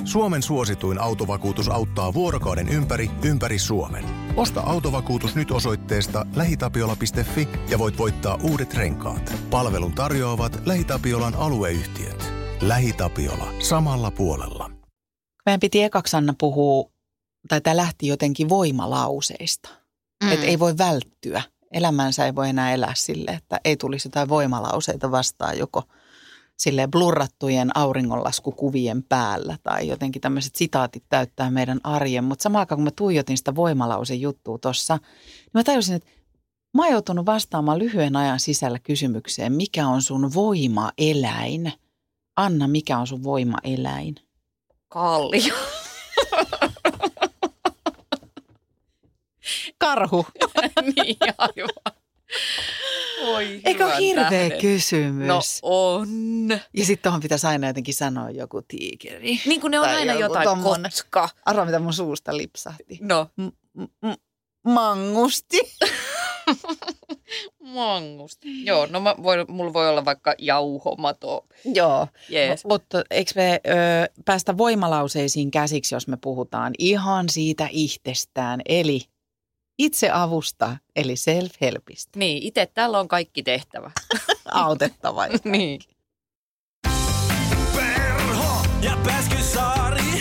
Suomen suosituin autovakuutus auttaa vuorokauden ympäri Suomen. Osta autovakuutus nyt osoitteesta lähitapiola.fi ja voit voittaa uudet renkaat. Palvelun tarjoavat LähiTapiolan alueyhtiöt. LähiTapiola. Samalla puolella. Meidän piti ekaksi Anna puhua, tai tämä lähti jotenkin voimalauseista. Että ei voi välttyä. Elämänsä ei voi enää elää sille, että ei tulisi jotain voimalauseita vastaan joko silleen blurrattujen auringonlaskukuvien päällä tai jotenkin tämmöiset sitaatit täyttää meidän arjen. Mutta samaan aikaan, kun mä tuijotin sitä voimalausejuttua tuossa, niin mä tajusin, että mä oon joutunut vastaamaan lyhyen ajan sisällä kysymykseen, mikä on sun voimaeläin? Anna, mikä on sun voimaeläin? Kallio. Karhu. Niin, aivan. Oi, eikö ole hirveä kysymys? No on. Ja sitten tuohon pitäisi aina jotenkin sanoa joku tiikeri. Niin kuin ne on tai aina jotain kotka. Arvaa, mitä mun suusta lipsahti. No. Mangusti. Mangusti. Joo, no mulla voi olla vaikka jauhomato. Joo, Yes. mutta eikö me päästä voimalauseisiin käsiksi, jos me puhutaan ihan siitä itsestään, eli itseavusta, eli self-helpistä. Niin, itse täällä on kaikki tehtävä. Autettava. Niin. Perho ja Pääskysaari.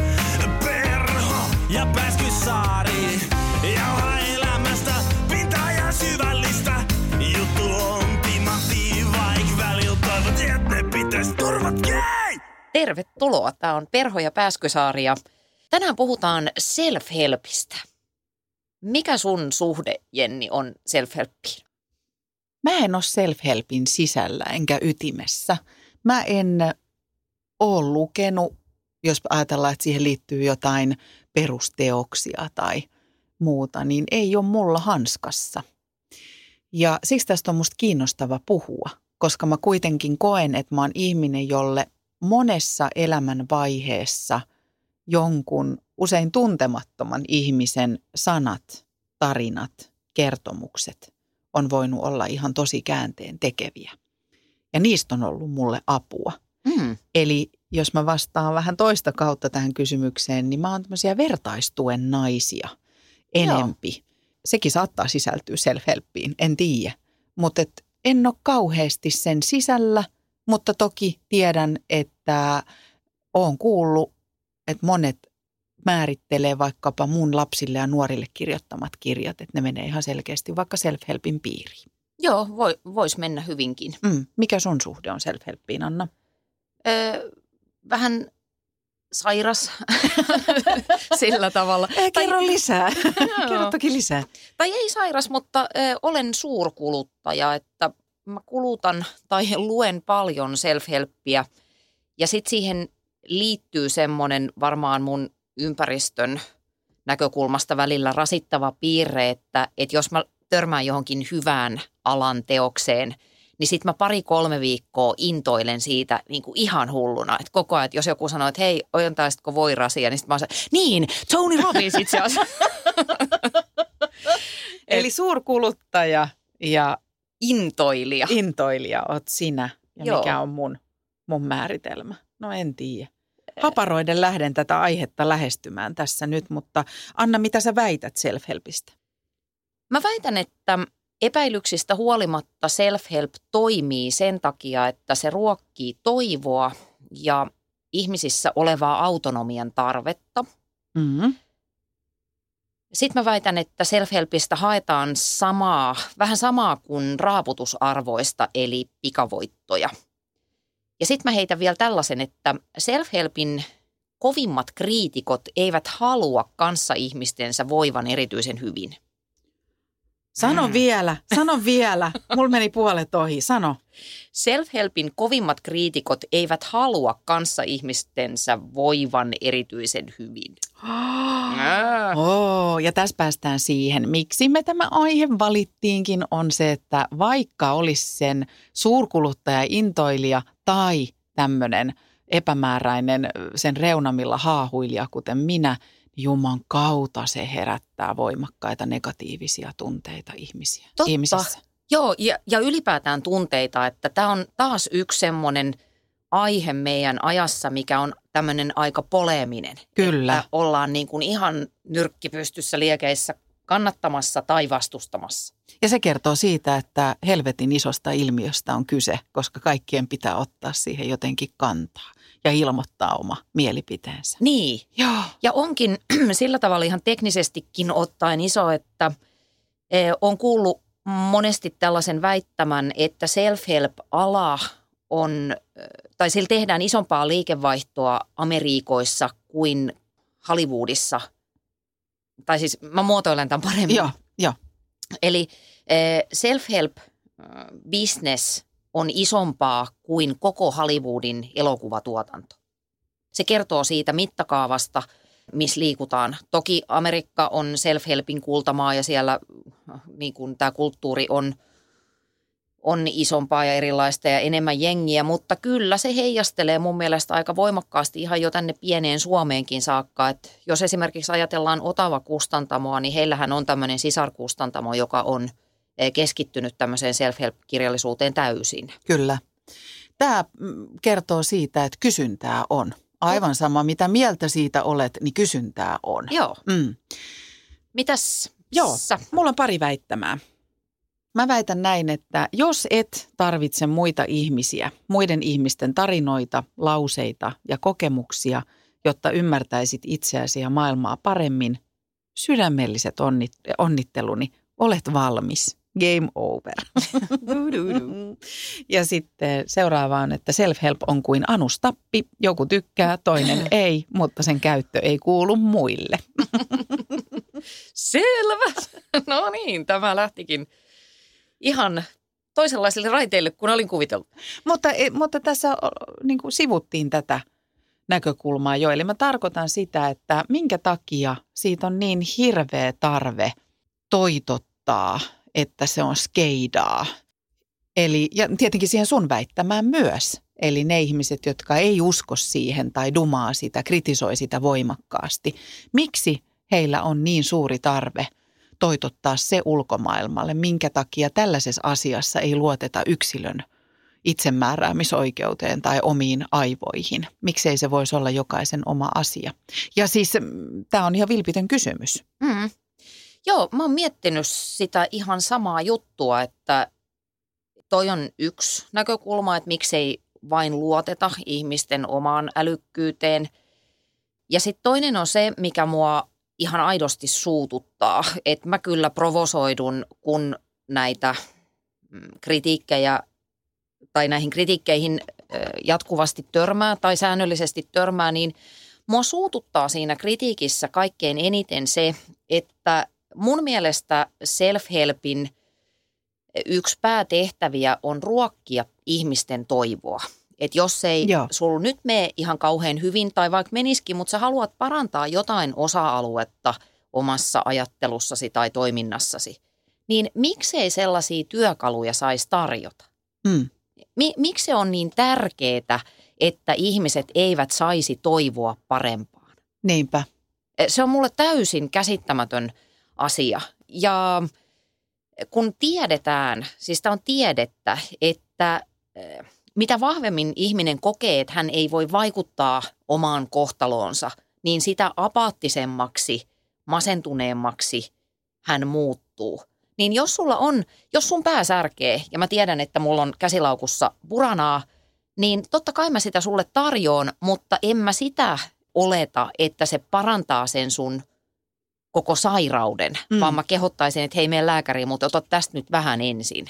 Perho ja Pääskysaari. Jauha elämästä pintaa ja syvällistä. Juttu on timantti, vaik välillä toivot, että ne pitäis turvat kei! Tervetuloa. Tämä on Perho ja Pääskysaari ja tänään puhutaan self-helpistä. Mikä sun suhde, Jenni, on self-helppiin? Mä en ole self-helpin sisällä enkä ytimessä. Mä en ole lukenut, jos ajatellaan, että siihen liittyy jotain perusteoksia tai muuta, niin ei ole mulla hanskassa. Ja siksi tästä on musta kiinnostava puhua, koska mä kuitenkin koen, että mä oon ihminen, jolle monessa elämän vaiheessa jonkun usein tuntemattoman ihmisen sanat, tarinat, kertomukset on voinut olla ihan tosi käänteen tekeviä. Ja niistä on ollut mulle apua. Eli jos mä vastaan vähän toista kautta tähän kysymykseen, niin mä oon tämmöisiä vertaistuen naisia enempi. Joo. Sekin saattaa sisältyä self-helppiin, en tiedä. Mutta en ole kauheasti sen sisällä, mutta toki tiedän, että oon kuullut, että monet määrittelee vaikkapa mun lapsille ja nuorille kirjoittamat kirjat, että ne menee ihan selkeästi vaikka self-helpin piiriin. Joo, vois mennä hyvinkin. Mikä sun suhde on self-helpiin, Anna? Vähän sairas sillä tavalla. Kerro lisää. Kerro toki lisää. Tai ei sairas, mutta olen suurkuluttaja, että mä kulutan tai luen paljon self-helppiä ja sitten siihen liittyy semmoinen varmaan mun ympäristön näkökulmasta välillä rasittava piirre, että jos mä törmään johonkin hyvään alan teokseen, niin sitten mä 2-3 viikkoa intoilen siitä niin kuin ihan hulluna. Että koko ajan, että jos joku sanoo, että hei, ojentaisitko voirasia, niin sitten mä oon se, niin, Tony Robbins itse asiassa. Eli suurkuluttaja ja intoilija. Intoilija oot sinä. Ja Joo. Mikä on mun määritelmä? No en tiedä. Haparoiden lähden tätä aihetta lähestymään tässä nyt, mutta Anna, mitä sä väität self-helpistä? Mä väitän, että epäilyksistä huolimatta self-help toimii sen takia, että se ruokkii toivoa ja ihmisissä olevaa autonomian tarvetta. Sitten mä väitän, että self-helpistä haetaan vähän samaa kuin raaputusarvoista, eli pikavoittoja. Ja sitten mä heitän vielä tällaisen, että self-helpin kovimmat kriitikot eivät halua kanssaihmistensä voivan erityisen hyvin. Sano vielä. Mulla meni puolet ohi, sano. Self-helpin kovimmat kriitikot eivät halua kanssaihmistensä voivan erityisen hyvin. Ja tässä päästään siihen, miksi me tämä aihe valittiinkin, on se, että vaikka olisi sen suurkuluttaja, intoilija tai tämmöinen epämääräinen sen reunamilla haahuilija, kuten minä, Juman kautta se herättää voimakkaita negatiivisia tunteita ihmisissä. Joo, ja ylipäätään tunteita, että tämä on taas yksi semmoinen aihe meidän ajassa, mikä on tämmöinen aika poleeminen. Kyllä. Että ollaan niin kuin ihan nyrkkipystyssä liekeissä kannattamassa tai vastustamassa. Ja se kertoo siitä, että helvetin isosta ilmiöstä on kyse, koska kaikkien pitää ottaa siihen jotenkin kantaa ja ilmoittaa oma mielipiteensä. Niin. Joo. Ja onkin sillä tavalla ihan teknisestikin ottaen iso, että on kuullut monesti tällaisen väittämän, että self-help-ala on, tai sillä tehdään isompaa liikevaihtoa Amerikoissa kuin Hollywoodissa. Tai siis mä muotoilen tämän paremmin. Joo. Eli self-help-business on isompaa kuin koko Hollywoodin elokuvatuotanto. Se kertoo siitä mittakaavasta, missä liikutaan. Toki Amerikka on self-helpin kultamaa ja siellä niin kuin tämä kulttuuri on isompaa ja erilaista ja enemmän jengiä, mutta kyllä se heijastelee mun mielestä aika voimakkaasti ihan jo tänne pieneen Suomeenkin saakka. Että jos esimerkiksi ajatellaan Otava-kustantamoa, niin heillähän on tämmöinen sisarkustantamo, joka on keskittynyt tämmöiseen self-help-kirjallisuuteen täysin. Kyllä. Tämä kertoo siitä, että kysyntää on. Aivan sama, mitä mieltä siitä olet, niin kysyntää on. Joo. Mitäs sä? Mulla on pari väittämää. Mä väitän näin, että jos et tarvitse muita ihmisiä, muiden ihmisten tarinoita, lauseita ja kokemuksia, jotta ymmärtäisit itseäsi ja maailmaa paremmin, sydämelliset onnitteluni, olet valmis. Game over. Ja sitten seuraava on, että self-help on kuin anustappi. Joku tykkää, toinen ei, mutta sen käyttö ei kuulu muille. Selvä. No niin, tämä lähtikin ihan toisenlaisille raiteille kuin olin kuvitellut. Mutta tässä niin kuin sivuttiin tätä näkökulmaa jo. Eli mä tarkoitan sitä, että minkä takia siitä on niin hirveä tarve toitottaa, että se on skeidaa. Eli, ja tietenkin siihen sun väittämään myös. Eli ne ihmiset, jotka ei usko siihen tai dumaa sitä, kritisoi sitä voimakkaasti. Miksi heillä on niin suuri tarve toitottaa se ulkomaailmalle? Minkä takia tällaisessa asiassa ei luoteta yksilön itsemääräämisoikeuteen tai omiin aivoihin? Miksei se voisi olla jokaisen oma asia? Ja siis tämä on ihan vilpitön kysymys. Joo, mä oon miettinyt sitä ihan samaa juttua, että toi on yksi näkökulma, että miksei vain luoteta ihmisten omaan älykkyyteen. Ja sitten toinen on se, mikä mua ihan aidosti suututtaa, että mä kyllä provosoidun, kun näitä kritiikkejä tai näihin kritiikkeihin jatkuvasti törmää tai säännöllisesti törmää, niin mua suututtaa siinä kritiikissä kaikkein eniten se, että mun mielestä self-helpin yksi päätehtäviä on ruokkia ihmisten toivoa. Että jos ei sulla nyt mene ihan kauhean hyvin tai vaikka menisikin, mutta sä haluat parantaa jotain osa-aluetta omassa ajattelussasi tai toiminnassasi, niin miksei sellaisia työkaluja saisi tarjota? Miksi se on niin tärkeää, että ihmiset eivät saisi toivoa parempaan? Niinpä. Se on mulle täysin käsittämätön asia. Ja kun tiedetään, siis tämä on tiedettä, että mitä vahvemmin ihminen kokee, että hän ei voi vaikuttaa omaan kohtaloonsa, niin sitä apaattisemmaksi, masentuneemmaksi hän muuttuu. Niin jos sun pää särkee, ja mä tiedän, että mulla on käsilaukussa buranaa, niin totta kai mä sitä sulle tarjoan, mutta en mä sitä oleta, että se parantaa sen sun koko sairauden, vaan mä kehottaisin, että hei, mene lääkäriin, mutta ota tästä nyt vähän ensin.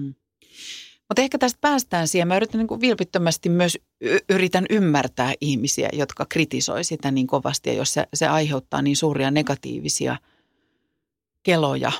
Mutta ehkä tästä päästään siihen. Mä yritän niin kuin vilpittömästi myös yritän ymmärtää ihmisiä, jotka kritisoi sitä niin kovasti ja jos se aiheuttaa niin suuria negatiivisia keloja.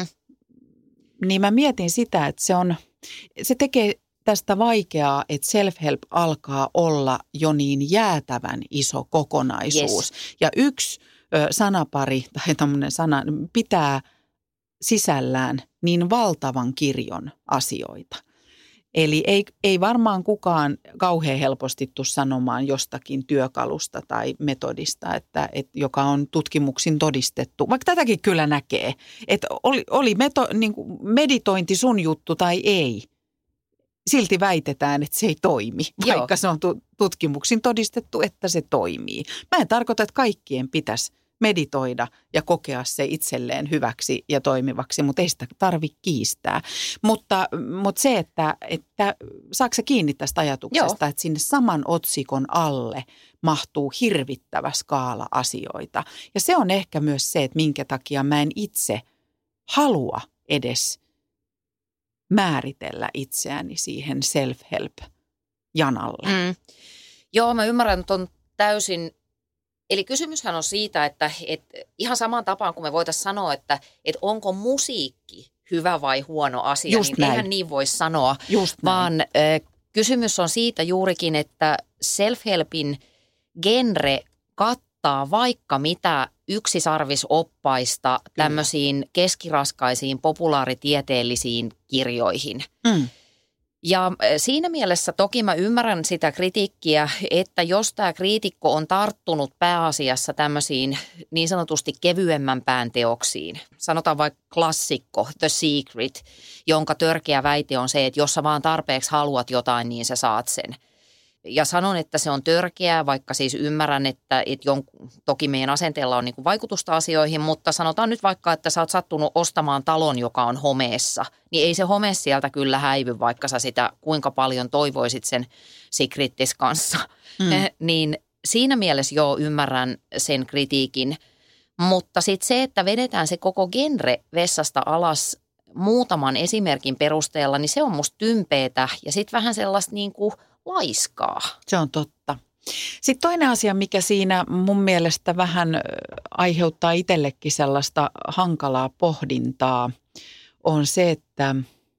Niin mä mietin sitä, että se tekee tästä vaikeaa, että self-help alkaa olla jo niin jäätävän iso kokonaisuus. Yes. Ja yksi sanapari tai tämmöinen sana pitää sisällään niin valtavan kirjon asioita. Eli ei varmaan kukaan kauhean helposti tule sanomaan jostakin työkalusta tai metodista, joka on tutkimuksin todistettu. Vaikka tätäkin kyllä näkee, että oli niin kuin meditointi sun juttu tai ei. silti väitetään, että se ei toimi, Joo. vaikka se on tutkimuksin todistettu, että se toimii. Mä en tarkoita, että kaikkien pitäisi meditoida ja kokea se itselleen hyväksi ja toimivaksi, mutta ei sitä tarvitse kiistää. Mutta se, että saako sä kiinni tästä ajatuksesta, että sinne saman otsikon alle mahtuu hirvittävä skaala asioita. Ja se on ehkä myös se, että minkä takia mä en itse halua edes määritellä itseäni siihen self-help-janalle. Joo, mä ymmärrän ton täysin. Eli kysymyshän on siitä, että ihan samaan tapaan kuin me voitaisiin sanoa, että onko musiikki hyvä vai huono asia, Just niin näin. eihän niin voi sanoa, Just vaan kysymys on siitä juurikin, että self-helpin genre kattaa vaikka mitä yksisarvisoppaista tämmöisiin keskiraskaisiin populaaritieteellisiin kirjoihin. Ja siinä mielessä toki mä ymmärrän sitä kritiikkiä, että jos tämä kriitikko on tarttunut pääasiassa tämmöisiin niin sanotusti kevyemmän pään teoksiin, sanotaan vaikka klassikko The Secret, jonka törkeä väite on se, että jos sä vaan tarpeeksi haluat jotain, niin sä saat sen. Ja sanon, että se on törkeää, vaikka siis ymmärrän, että toki meidän asenteella on niin kuin vaikutusta asioihin, mutta sanotaan nyt vaikka, että sä oot sattunut ostamaan talon, joka on homeessa, niin ei se home sieltä kyllä häivy, vaikka sä sitä kuinka paljon toivoisit sen Secretis kanssa. Niin siinä mielessä ymmärrän sen kritiikin, mutta sitten se, että vedetään se koko genre vessasta alas muutaman esimerkin perusteella, niin se on musta tympeetä ja sitten vähän sellaista niin kuin laiskaa. Se on totta. Sitten toinen asia, mikä siinä mun mielestä vähän aiheuttaa itsellekin sellaista hankalaa pohdintaa, on se, että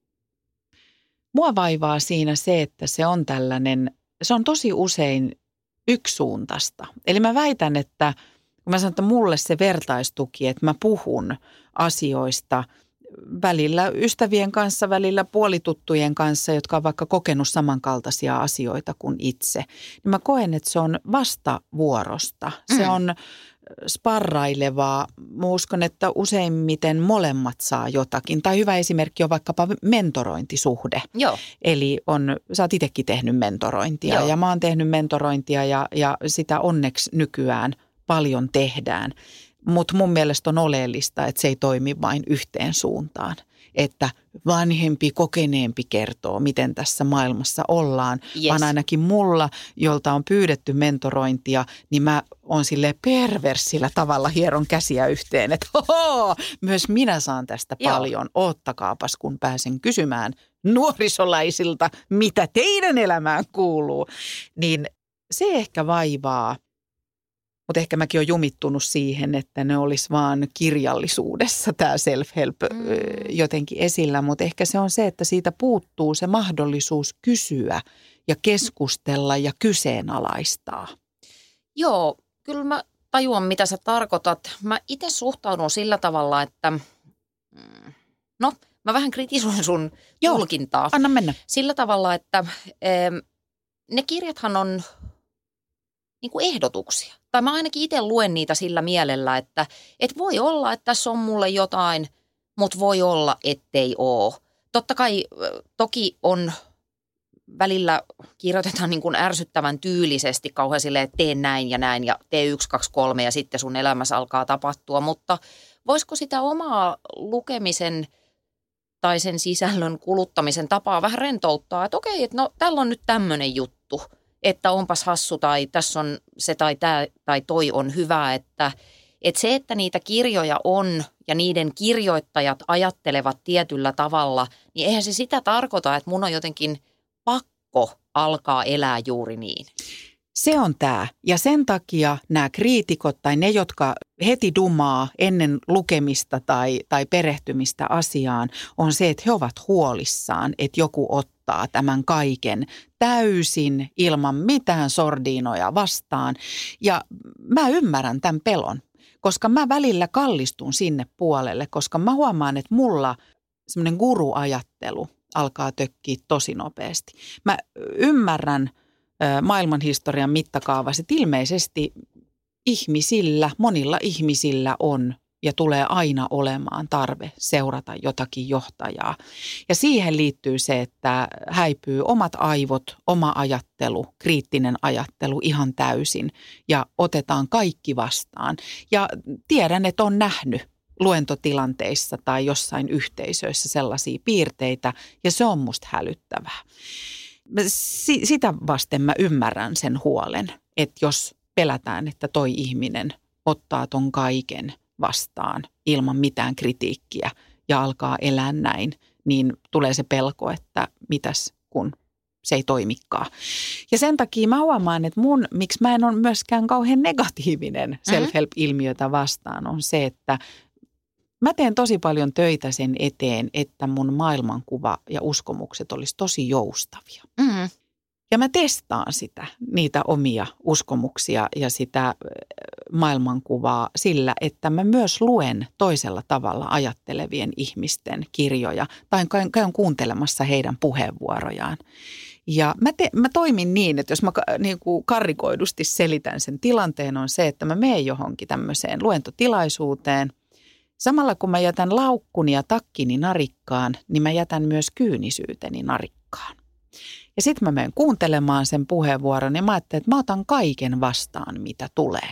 mua vaivaa siinä se, että se on tosi usein yksisuuntaista. Eli mä väitän, että kun mä sanon, että mulle se vertaistuki, että mä puhun asioista välillä ystävien kanssa, välillä puolituttujen kanssa, jotka on vaikka kokenut samankaltaisia asioita kuin itse. Niin mä koen, että se on vastavuorosta. Se on sparrailevaa. Mä uskon, että useimmiten molemmat saa jotakin. Tai hyvä esimerkki on vaikkapa mentorointisuhde. Joo. Eli sä oot itsekin tehnyt mentorointia. Joo. Ja mä oon tehnyt mentorointia ja sitä onneksi nykyään paljon tehdään. Mutta mun mielestä on oleellista, että se ei toimi vain yhteen suuntaan. Että vanhempi, kokeneempi kertoo, miten tässä maailmassa ollaan. Yes. Vaan ainakin mulla, jolta on pyydetty mentorointia, niin mä oon sille perversillä tavalla hieron käsiä yhteen. Että myös minä saan tästä paljon. Oottakaapas, kun pääsen kysymään nuorisolaisilta, mitä teidän elämään kuuluu. Niin se ehkä vaivaa. Mutta ehkä mäkin olen jumittunut siihen, että ne olisi vaan kirjallisuudessa tämä self-help jotenkin esillä. Mutta ehkä se on se, että siitä puuttuu se mahdollisuus kysyä ja keskustella ja kyseenalaistaa. Joo, kyllä mä tajuan, mitä sä tarkoitat. Mä itse suhtaudun sillä tavalla, että mä vähän kritisoin sun tulkintaa. Anna mennä. Sillä tavalla, että ne kirjathan on niin kuin ehdotuksia. Tai mä ainakin itse luen niitä sillä mielellä, että voi olla, että tässä on mulle jotain, mutta voi olla, ettei ole. Totta kai toki on välillä kirjoitetaan niin kuin ärsyttävän tyylisesti kauhean silleen, että tee näin ja tee 1, 2, 3 ja sitten sun elämässä alkaa tapahtua. Mutta voisiko sitä omaa lukemisen tai sen sisällön kuluttamisen tapaa vähän rentouttaa, että okei, että no tällä on nyt tämmöinen juttu. Että onpas hassu tai tässä on se tai tämä tai toi on hyvä, että se, että niitä kirjoja on ja niiden kirjoittajat ajattelevat tietyllä tavalla, niin eihän se sitä tarkoita, että mun on jotenkin pakko alkaa elää juuri niin. Se on tämä. Ja sen takia nämä kriitikot tai ne, jotka heti dumaa ennen lukemista tai perehtymistä asiaan, on se, että he ovat huolissaan, että joku ottaa tämän kaiken täysin ilman mitään sordiinoja vastaan. Ja mä ymmärrän tämän pelon, koska mä välillä kallistun sinne puolelle, koska mä huomaan, että mulla semmoinen guruajattelu alkaa tökkiä tosi nopeasti. Mä ymmärrän maailmanhistorian mittakaavassa, että ilmeisesti monilla ihmisillä on ja tulee aina olemaan tarve seurata jotakin johtajaa. Ja siihen liittyy se, että häipyy omat aivot, oma ajattelu, kriittinen ajattelu ihan täysin ja otetaan kaikki vastaan. Ja tiedän, että on nähnyt luentotilanteissa tai jossain yhteisöissä sellaisia piirteitä ja se on musta hälyttävää. Sitä vasten mä ymmärrän sen huolen, että jos pelätään, että toi ihminen ottaa ton kaiken vastaan ilman mitään kritiikkiä ja alkaa elää näin, niin tulee se pelko, että mitäs kun se ei toimikaan. Ja sen takia mä huomaan, että miksi mä en ole myöskään kauhean negatiivinen self-help-ilmiötä vastaan, on se, että mä teen tosi paljon töitä sen eteen, että mun maailmankuva ja uskomukset olisi tosi joustavia. Mm-hmm. Ja mä testaan niitä omia uskomuksia ja sitä maailmankuvaa sillä, että mä myös luen toisella tavalla ajattelevien ihmisten kirjoja tai käyn kuuntelemassa heidän puheenvuorojaan. Ja mä toimin niin, että jos mä niin kuin karrikoidusti selitän sen tilanteen, on se, että mä menen johonkin tämmöiseen luentotilaisuuteen. Samalla kun mä jätän laukkuni ja takkini narikkaan, niin mä jätän myös kyynisyyteni narikkaan. Ja sitten mä menen kuuntelemaan sen puheenvuoron ja mä ajattelen, että mä otan kaiken vastaan, mitä tulee.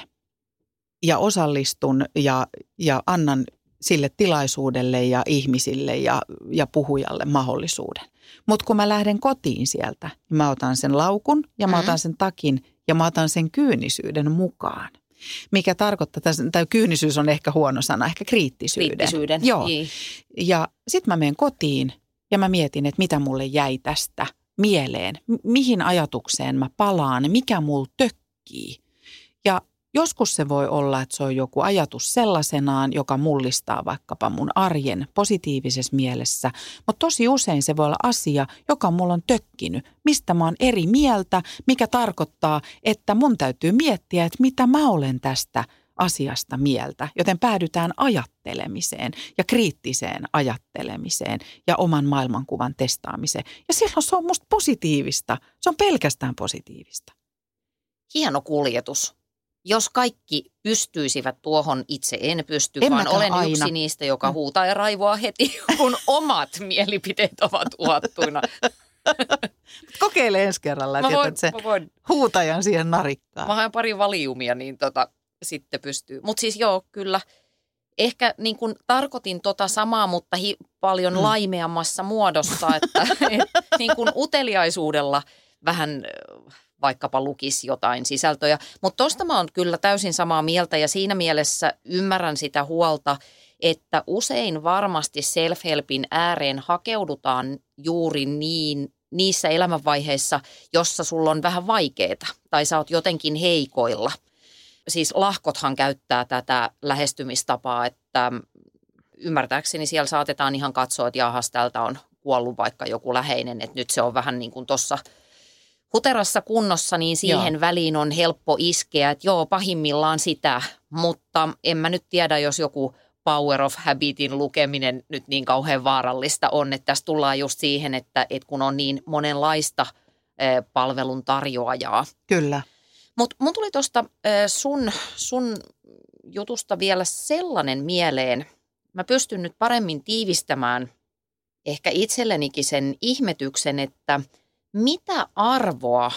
Ja osallistun ja annan sille tilaisuudelle ja ihmisille ja puhujalle mahdollisuuden. Mutta kun mä lähden kotiin sieltä, niin mä otan sen laukun ja mä otan sen takin ja mä otan sen kyynisyyden mukaan. Mikä tarkoittaa, tai kyynisyys on ehkä huono sana, ehkä kriittisyyden. Joo. Niin. Ja sitten mä menen kotiin ja mä mietin, että mitä mulle jäi tästä mieleen, mihin ajatukseen mä palaan, mikä mulla tökkii. Ja joskus se voi olla, että se on joku ajatus sellaisenaan, joka mullistaa vaikkapa mun arjen positiivisessa mielessä, mutta tosi usein se voi olla asia, joka mulla on tökkinyt, mistä mä oon eri mieltä, mikä tarkoittaa, että mun täytyy miettiä, että mitä mä olen tästä asiasta mieltä, joten päädytään ajattelemiseen ja kriittiseen ajattelemiseen ja oman maailmankuvan testaamiseen. Ja silloin se on musta positiivista, se on pelkästään positiivista. Hieno kuljetus. Jos kaikki pystyisivät tuohon, itse en pysty, vaan olen aina yksi niistä, joka huutaa ja raivoaa heti, kun omat mielipiteet ovat uhattuina. Kokeile ensi kerralla, että jätät se huutajan siihen narikkaan. Mä haen pari valiumia, niin sitten pystyy. Mutta siis joo, kyllä. Ehkä niin kuin tarkoitin samaa, mutta paljon laimeammassa muodossa, että niin kuin uteliaisuudella vähän vaikkapa lukisi jotain sisältöjä. Mutta tuosta mä oon kyllä täysin samaa mieltä ja siinä mielessä ymmärrän sitä huolta, että usein varmasti self-helpin ääreen hakeudutaan juuri niissä elämänvaiheissa, jossa sulla on vähän vaikeaa tai sä oot jotenkin heikoilla. Siis lahkothan käyttää tätä lähestymistapaa, että ymmärtääkseni siellä saatetaan ihan katsoa, että jahas, tältä on kuollut vaikka joku läheinen, että nyt se on vähän niin kuin tuossa huterassa kunnossa, niin siihen väliin on helppo iskeä, että joo, pahimmillaan sitä, mutta en mä nyt tiedä, jos joku Power of Habitin lukeminen nyt niin kauhean vaarallista on, että tässä tullaan just siihen, että kun on niin monenlaista palvelun tarjoajaa. Kyllä. Mutta mun tuli tuosta sun jutusta vielä sellainen mieleen, mä pystyn nyt paremmin tiivistämään ehkä itsellenikin sen ihmetyksen, että mitä arvoa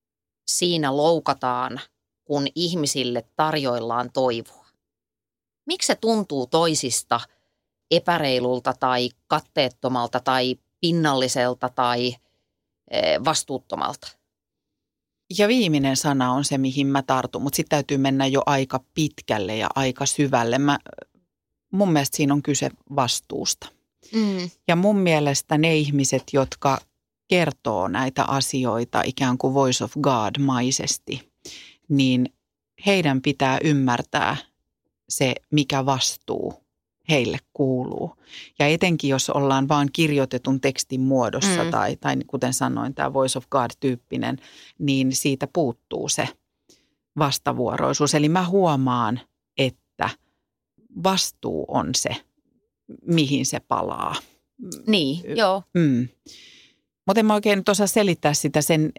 siinä loukataan, kun ihmisille tarjoillaan toivoa? Miksi se tuntuu toisista epäreilulta tai katteettomalta tai pinnalliselta tai vastuuttomalta? Ja viimeinen sana on se, mihin mä tartun, mutta sitten täytyy mennä jo aika pitkälle ja aika syvälle. Mun mielestä siinä on kyse vastuusta. Ja mun mielestä ne ihmiset, jotka kertoo näitä asioita ikään kuin Voice of God-maisesti, niin heidän pitää ymmärtää se, mikä vastuu heille kuuluu. Ja etenkin, jos ollaan vaan kirjoitetun tekstin muodossa tai kuten sanoin, tämä Voice of God-tyyppinen, niin siitä puuttuu se vastavuoroisuus. Eli mä huomaan, että vastuu on se, mihin se palaa. Niin, joo. Mutta en mä oikein nyt osaa selittää sitä sen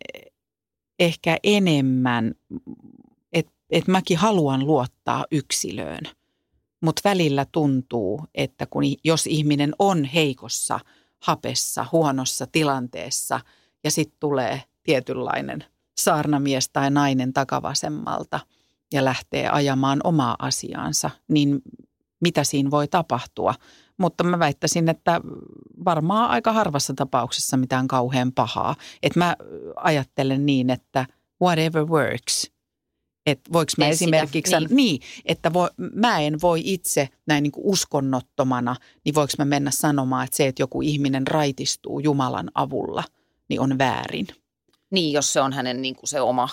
ehkä enemmän, että mäkin haluan luottaa yksilöön. Mutta välillä tuntuu, että jos ihminen on heikossa, hapessa, huonossa tilanteessa ja sitten tulee tietynlainen saarnamies tai nainen takavasemmalta ja lähtee ajamaan omaa asiaansa, niin mitä siinä voi tapahtua? Mutta mä väittäisin, että varmaan aika harvassa tapauksessa mitään kauhean pahaa. Että mä ajattelen niin, että whatever works. Että voiko mä esimerkiksi sanoa, että mä en voi itse näin niin kuin uskonnottomana, niin voiko mä mennä sanomaan, että se, että joku ihminen raitistuu Jumalan avulla, niin on väärin. Niin, jos se on hänen niin kuin se oma,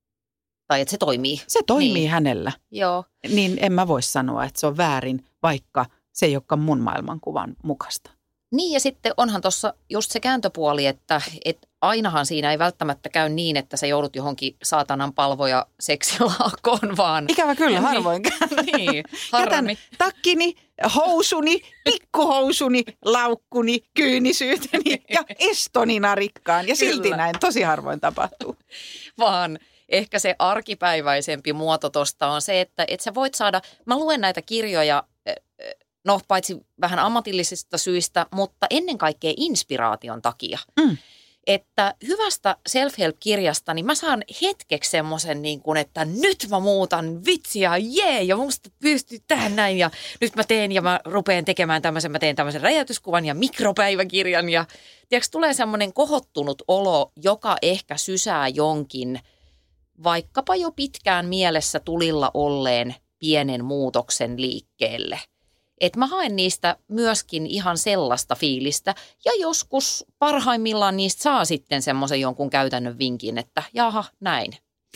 tai että se toimii. Se toimii hänellä. Joo. Niin en mä voi sanoa, että se on väärin, vaikka se ei olekaan mun maailmankuvan mukaista. Niin ja sitten onhan tuossa just se kääntöpuoli, että ainahan siinä ei välttämättä käy niin, että sä joudut johonkin saatanan palvoja seksilaakkoon, vaan... Ikävä kyllä, harvoin. Niin, harmi. Jätän takkini, housuni, pikkuhousuni, laukkuni, kyynisyyteni ja estoni narikkaan. Ja silti näin tosi harvoin tapahtuu. Vaan ehkä se arkipäiväisempi muoto tuosta on se, että sä voit saada... Mä luen näitä kirjoja... No, paitsi vähän ammatillisista syistä, mutta ennen kaikkea inspiraation takia. Että hyvästä self-help-kirjasta, niin mä saan hetkeksi semmoisen, niin kuin, että nyt mä muutan vitsiä, ja musta pystyy tähän näin, ja nyt mä teen, ja mä rupean tekemään tämmöisen, mä teen tämmöisen räjäytyskuvan ja mikropäiväkirjan, ja tiedätkö, tulee semmoinen kohottunut olo, joka ehkä sysää jonkin, vaikkapa jo pitkään mielessä tulilla olleen pienen muutoksen liikkeelle. Että mä haen niistä myöskin ihan sellaista fiilistä ja joskus parhaimmillaan niistä saa sitten semmoisen jonkun käytännön vinkin, että jaha, näin.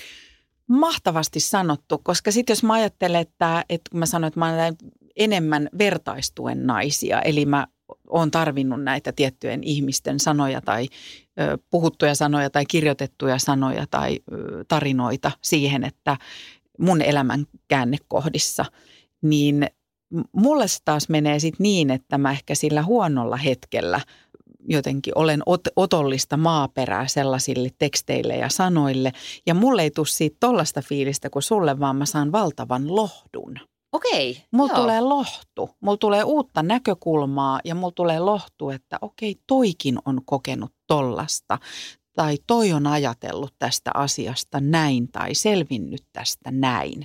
Mahtavasti sanottu, koska sitten jos mä ajattelen, että kun mä sanoin, että mä olen enemmän vertaistuen naisia, eli mä oon tarvinnut näitä tiettyjen ihmisten sanoja tai puhuttuja sanoja tai kirjoitettuja sanoja tai tarinoita siihen, että mun elämän käännekohdissa, niin mulle se taas menee sitten niin, että mä ehkä sillä huonolla hetkellä jotenkin olen otollista maaperää sellaisille teksteille ja sanoille. Ja mulle ei tule siitä tollaista fiilistä kuin sulle, vaan mä saan valtavan lohdun. Okei. Mulla tulee lohtu, mulla tulee uutta näkökulmaa ja mulla tulee lohtu, että okei, toikin on kokenut tollasta. Tai toi on ajatellut tästä asiasta näin tai selvinnyt tästä näin.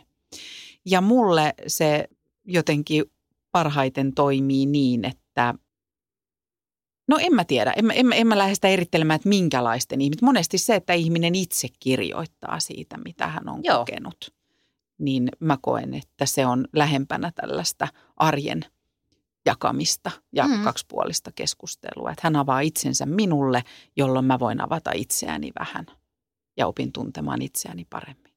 Ja mulle se jotenkin parhaiten toimii niin, että no en mä tiedä, en mä lähde sitä erittelemään, että minkälaisten ihmiset. Monesti se, että ihminen itse kirjoittaa siitä, mitä hän on kokenut, niin mä koen, että se on lähempänä tällaista arjen jakamista ja kaksipuolista keskustelua. Että hän avaa itsensä minulle, jolloin mä voin avata itseäni vähän ja opin tuntemaan itseäni paremmin.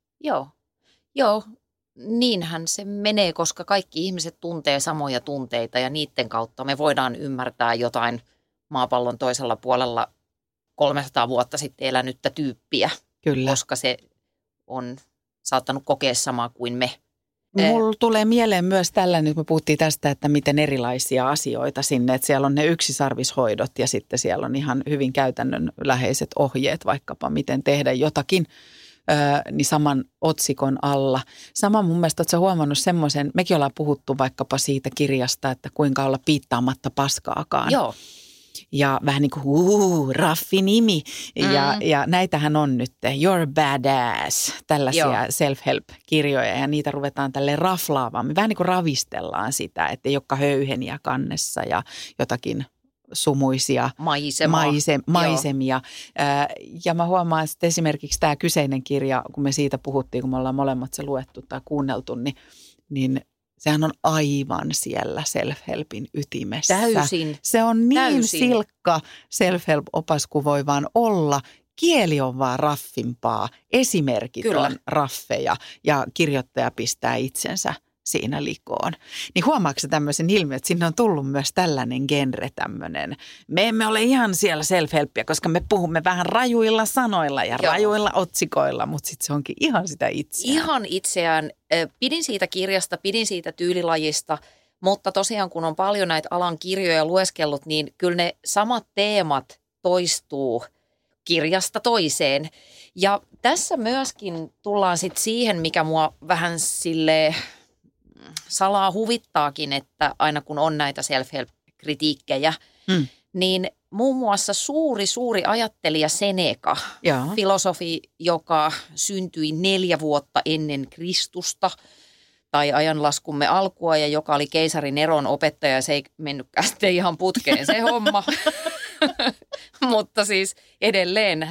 Joo. Niinhän se menee, koska kaikki ihmiset tuntee samoja tunteita ja niiden kautta me voidaan ymmärtää jotain maapallon toisella puolella 300 vuotta sitten elänyttä tyyppiä. Kyllä. Koska se on saattanut kokea samaa kuin me. Mulla tulee mieleen myös tällä, nyt me puhuttiin tästä, että miten erilaisia asioita sinne, että siellä on ne yksisarvishoidot ja sitten siellä on ihan hyvin käytännönläheiset ohjeet, vaikkapa miten tehdä jotakin. Niin saman otsikon alla. Sama mun mielestä, ootko sä huomannut semmoisen, mekin ollaan puhuttu vaikkapa siitä kirjasta, että kuinka olla piittaamatta paskaakaan. Joo. Ja vähän niin kuin raffi nimi. Ja näitähän on nyt You're Badass, tällaisia self-help-kirjoja ja niitä ruvetaan tälleen raflaavaan. Vähän niin kuin ravistellaan sitä, että ei olekaan höyheniä kannessa ja jotakin sumuisia maisemia. Ja mä huomaan, että esimerkiksi tämä kyseinen kirja, kun me siitä puhuttiin, kun me ollaan molemmat se luettu tai kuunneltu, niin sehän on aivan siellä self-helpin ytimessä. Täysin. Se on niin silkka self-help-opas kuin voi vaan olla. Kieli on vaan raffimpaa, esimerkit on raffeja ja kirjoittaja pistää itsensä siinä likoon. Niin huomaatko tämmöisen ilmiön, että sinne on tullut myös tällainen genre tämmöinen. Me emme ole ihan siellä self-helppiä, koska me puhumme vähän rajuilla sanoilla ja rajuilla otsikoilla, mutta sitten se onkin ihan sitä itseään. Ihan itseään. Pidin siitä kirjasta, pidin siitä tyylilajista, mutta tosiaan kun on paljon näitä alan kirjoja lueskellut, niin kyllä ne samat teemat toistuu kirjasta toiseen. Ja tässä myöskin tullaan sitten siihen, mikä mua vähän silleen salaa huvittaakin, että aina kun on näitä self-help-kritiikkejä, niin muun muassa suuri ajattelija Seneca, filosofi, joka syntyi 4 vuotta ennen Kristusta tai ajanlaskumme alkua ja joka oli keisari Neron opettaja ja se ei mennytkään sitten ihan putkeen se homma. Mutta siis edelleen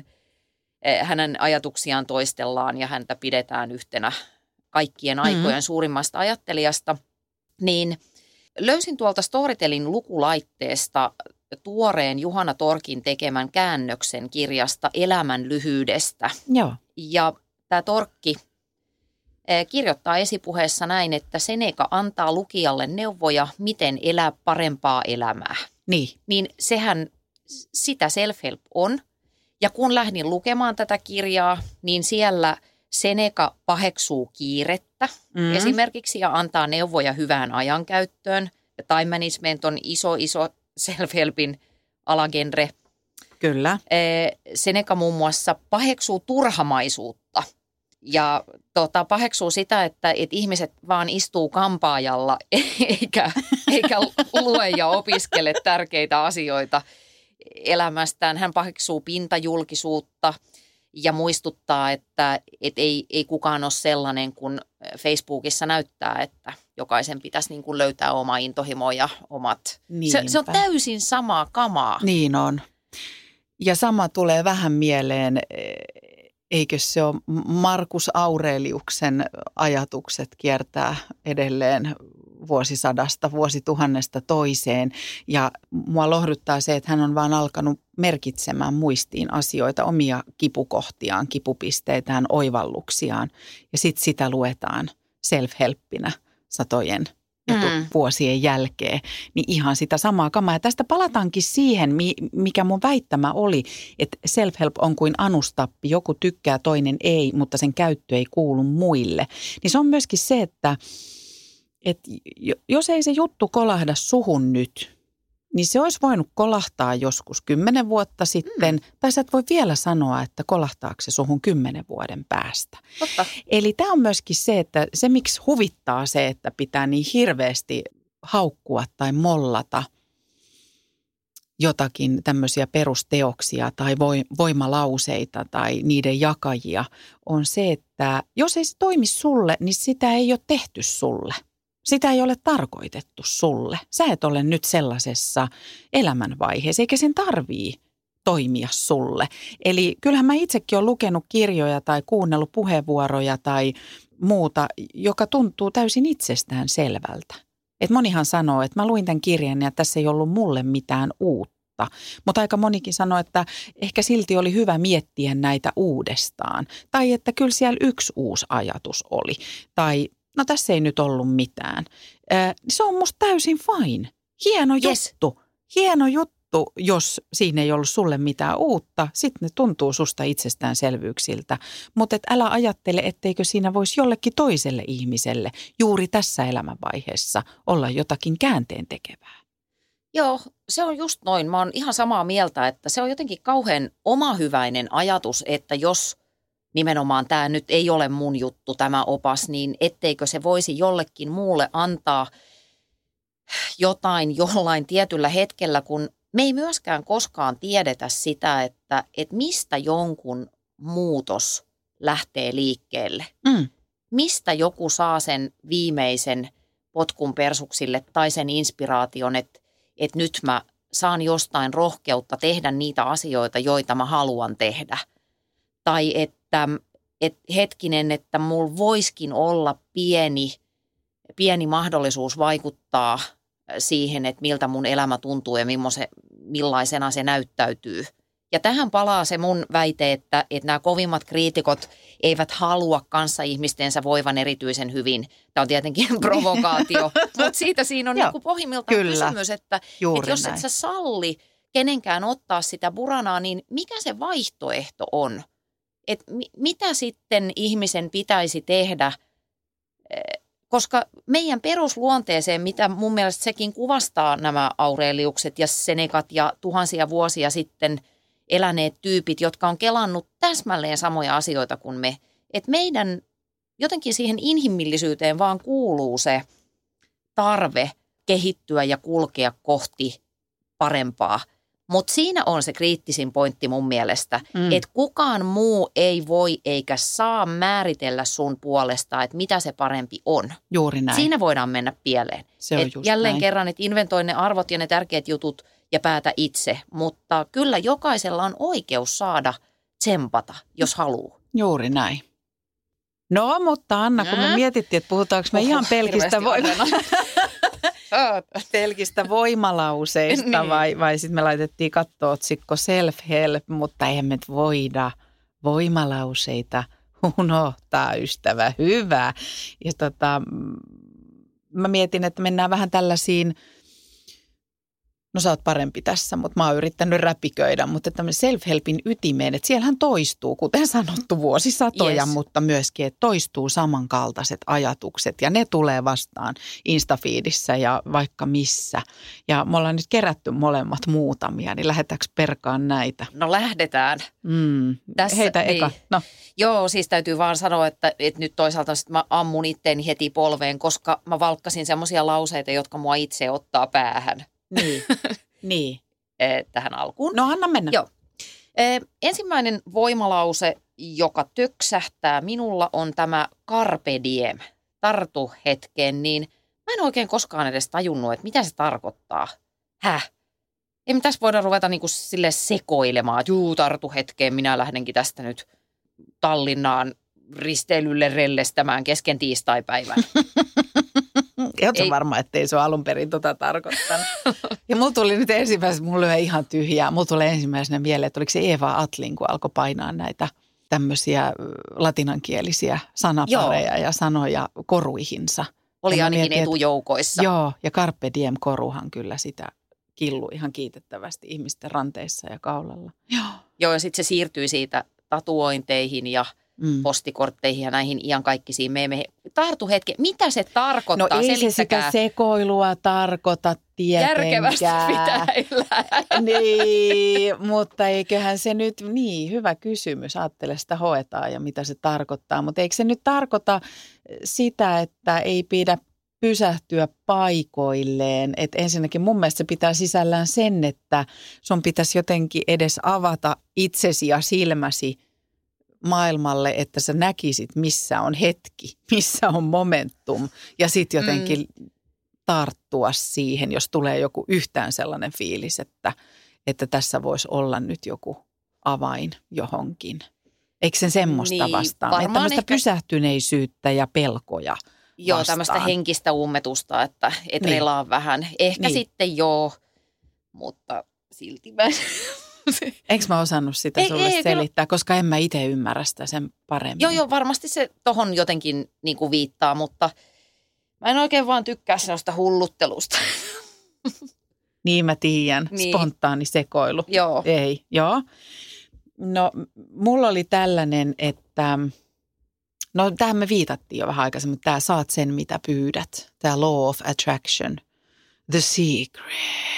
hänen ajatuksiaan toistellaan ja häntä pidetään yhtenä kaikkien aikojen suurimmasta ajattelijasta, niin löysin tuolta Storytelin lukulaitteesta tuoreen Juhana Torkin tekemän käännöksen kirjasta Elämän lyhyydestä. Joo. Ja tämä Torkki kirjoittaa esipuheessa näin, että Seneca antaa lukijalle neuvoja, miten elää parempaa elämää. Niin sehän sitä self-help on. Ja kun lähdin lukemaan tätä kirjaa, niin siellä Seneca paheksuu kiirettä esimerkiksi ja antaa neuvoja hyvään ajankäyttöön. Time management on iso self-helpin alagenre. Kyllä. Seneca muun muassa paheksuu turhamaisuutta ja paheksuu sitä, että ihmiset vaan istuu kampaajalla eikä lue ja opiskele tärkeitä asioita elämästään. Hän paheksuu pintajulkisuutta ja muistuttaa, että ei kukaan ole sellainen kuin Facebookissa näyttää, että jokaisen pitäisi niin kuin löytää oma intohimo ja omat. Se on täysin samaa kamaa. Niin on. Ja sama tulee vähän mieleen, eikö se ole Markus Aureliuksen ajatukset kiertää edelleen vuosituhannesta toiseen. Ja mua lohduttaa se, että hän on vaan alkanut merkitsemään muistiin asioita, omia kipukohtiaan, kipupisteitään, oivalluksiaan. Ja sitten sitä luetaan self-helppinä satojen vuosien jälkeen. Niin ihan sitä samaa kamaa. Ja tästä palataankin siihen, mikä mun väittämä oli, että self-help on kuin anustappi. Joku tykkää, toinen ei, mutta sen käyttö ei kuulu muille. Niin se on myöskin se, että jos ei se juttu kolahda suhun nyt, niin se olisi voinut kolahtaa joskus 10 vuotta sitten, tai sä et voi vielä sanoa, että kolahtaako se suhun 10 vuoden päästä. Totta. Eli tämä on myöskin se, että se miksi huvittaa se, että pitää niin hirveästi haukkua tai mollata jotakin tämmöisiä perusteoksia tai voimalauseita tai niiden jakajia, on se, että jos ei se toimi sulle, niin sitä ei ole tehty sulle. Sitä ei ole tarkoitettu sulle. Sä et ole nyt sellaisessa elämänvaiheessa, eikä sen tarvii toimia sulle. Eli kyllähän mä itsekin olen lukenut kirjoja tai kuunnellut puheenvuoroja tai muuta, joka tuntuu täysin itsestään selvältä. Et monihan sanoo, että mä luin tämän kirjan ja tässä ei ollut mulle mitään uutta. Mutta aika monikin sanoo, että ehkä silti oli hyvä miettiä näitä uudestaan. Tai että kyllä siellä yksi uusi ajatus oli. Tai no tässä ei nyt ollut mitään. Se on musta täysin fine. Hieno juttu. Hieno juttu, jos siinä ei ollut sulle mitään uutta. Sitten ne tuntuu susta itsestäänselvyyksiltä. Mutta älä ajattele, etteikö siinä voisi jollekin toiselle ihmiselle juuri tässä elämänvaiheessa olla jotakin käänteen tekevää. Joo, se on just noin. Mä oon ihan samaa mieltä, että se on jotenkin kauhean omahyväinen ajatus, että jos nimenomaan tämä nyt ei ole mun juttu, tämä opas, niin etteikö se voisi jollekin muulle antaa jotain jollain tietyllä hetkellä, kun me ei myöskään koskaan tiedetä sitä, että mistä jonkun muutos lähtee liikkeelle. Mistä joku saa sen viimeisen potkun persuksille tai sen inspiraation, että nyt mä saan jostain rohkeutta tehdä niitä asioita, joita mä haluan tehdä. Tai että hetkinen, että mulla voisikin olla pieni mahdollisuus vaikuttaa siihen, että miltä mun elämä tuntuu ja millaisena se näyttäytyy. Ja tähän palaa se mun väite, että nämä kovimmat kriitikot eivät halua kanssaihmistensä voivan erityisen hyvin. Tämä on tietenkin provokaatio, mutta siitä siinä on niin pohjimmiltaan kysymys, että jos et sä salli kenenkään ottaa sitä buranaa, niin mikä se vaihtoehto on? Että mitä sitten ihmisen pitäisi tehdä, koska meidän perusluonteeseen, mitä mun mielestä sekin kuvastaa nämä Aureliukset ja Senecat ja tuhansia vuosia sitten eläneet tyypit, jotka on kelannut täsmälleen samoja asioita kuin me. Että meidän jotenkin siihen inhimillisyyteen vaan kuuluu se tarve kehittyä ja kulkea kohti parempaa. Mutta siinä on se kriittisin pointti mun mielestä, että kukaan muu ei voi eikä saa määritellä sun puolesta, että mitä se parempi on. Juuri näin. Siinä voidaan mennä pieleen. Se on just jälleen näin. kerran, että inventoi ne arvot ja ne tärkeät jutut ja päätä itse. Mutta kyllä jokaisella on oikeus saada tsempata, jos haluaa. Juuri näin. No, mutta Anna, kun me mietittiin, että puhutaanko me ihan pelkistä voimalauseista vai sitten me laitettiin katto-otsikko self-help, mutta eihän me voida voimalauseita unohtaa, ystävä, hyvä. Ja mä mietin, että mennään vähän tällaisiin, no sä oot parempi tässä, mutta mä oon yrittänyt räpiköidä, mutta tämmöinen self-helpin ytimeen, että siellähän toistuu, kuten sanottu, vuosisatoja, mutta myöskin, että toistuu samankaltaiset ajatukset ja ne tulee vastaan Instafeedissä ja vaikka missä. Ja me ollaan nyt kerätty molemmat muutamia, niin lähdetäänkö perkaan näitä? No lähdetään. Tässä, heitä eka. No. Joo, siis täytyy vaan sanoa, että nyt toisaalta mä ammun itteeni heti polveen, koska mä valkkasin semmoisia lauseita, jotka mua itse ottaa päähän. Niin. Tähän alkuun. No anna mennä. Joo. Ensimmäinen voimalause, joka töksähtää minulla, on tämä carpe diem, tartu hetkeen, niin mä en oikein koskaan edes tajunnut, että mitä se tarkoittaa. Ei me tässä voida ruveta niinku sille sekoilemaan, että tartu hetkeen, minä lähdenkin tästä nyt Tallinnaan risteilylle rellestämään kesken tiistaipäivän. Oletko varma, ettei se ole alun perin tarkoittanut? Ja mulla tuli nyt ensimmäisenä, mulla oli ihan tyhjää. Mulla tuli ensimmäisenä mieleen, että oliko se Eeva Atlin, kun alkoi painaa näitä tämmöisiä latinankielisiä sanapareja ja sanoja koruihinsa. Oli ainakin etujoukoissa. Joo, ja carpe diem koruhan kyllä sitä killui ihan kiitettävästi ihmisten ranteissa ja kaulalla. Joo, ja sitten se siirtyi siitä tatuointeihin ja postikortteihin ja näihin iankaikkisiin meemeihin. Tartu hetki, mitä se tarkoittaa? No ei se sitä sekoilua tarkoita tietenkään. Järkevästi pitää elää. Niin, mutta eiköhän se nyt, hyvä kysymys, ajattele sitä hoetaan ja mitä se tarkoittaa. Mutta eikö se nyt tarkoita sitä, että ei pidä pysähtyä paikoilleen. Että ensinnäkin mun mielestä se pitää sisällään sen, että sun pitäisi jotenkin edes avata itsesi ja silmäsi maailmalle, että sä näkisit, missä on hetki, missä on momentum ja sitten jotenkin tarttua siihen, jos tulee joku yhtään sellainen fiilis, että tässä voisi olla nyt joku avain johonkin. Eikö sen semmoista vastaan? Että tämmöistä pysähtyneisyyttä ja pelkoja Joo, vastaan. tämmöistä henkistä ummetusta, että relaa vähän. Ehkä sitten joo, mutta silti mä... Eikö mä osannut sitä sulle selittää, koska en mä itse ymmärrä sitä sen paremmin. Joo, varmasti se tohon jotenkin niin kuin viittaa, mutta mä en oikein vaan tykkää sellaista hulluttelusta. Niin mä tiedän, spontaani sekoilu. Joo. Ei, joo. No mulla oli tällainen, että, no tähän me viitattiin jo vähän aikaisemmin, mutta tää saat sen mitä pyydät. Tää law of attraction, the secret.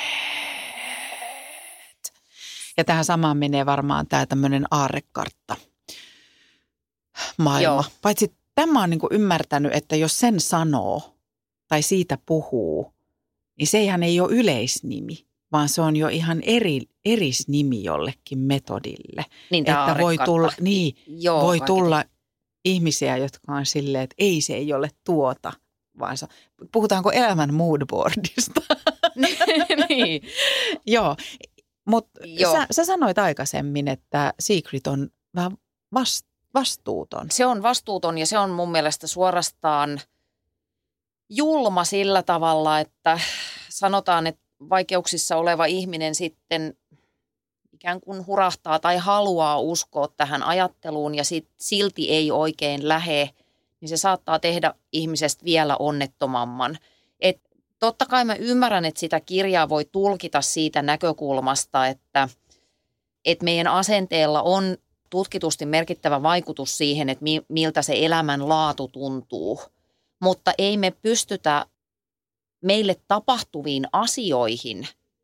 Ja tähän samaan menee varmaan tämä tämmöinen aarrekartta maailma. Joo. Paitsi tämä on niin kuin ymmärtänyt, että jos sen sanoo tai siitä puhuu, niin se ihan ei ole yleisnimi, vaan se on jo ihan erisnimi jollekin metodille. Niin tämä että voi tulla ihmisiä, jotka on silleen, että ei se ei ole tuota, vaan puhutaanko elämän moodboardista? Niin. Joo. Mutta sä sanoit aikaisemmin, että secret on vähän vastuuton. Se on vastuuton ja se on mun mielestä suorastaan julma sillä tavalla, että sanotaan, että vaikeuksissa oleva ihminen sitten ikään kuin hurahtaa tai haluaa uskoa tähän ajatteluun ja silti ei oikein lähe, niin se saattaa tehdä ihmisestä vielä onnettomamman. Totta kai mä ymmärrän, että sitä kirjaa voi tulkita siitä näkökulmasta, että meidän asenteella on tutkitusti merkittävä vaikutus siihen, että miltä se elämän laatu tuntuu. Mutta ei me pystytä meille tapahtuviin asioihin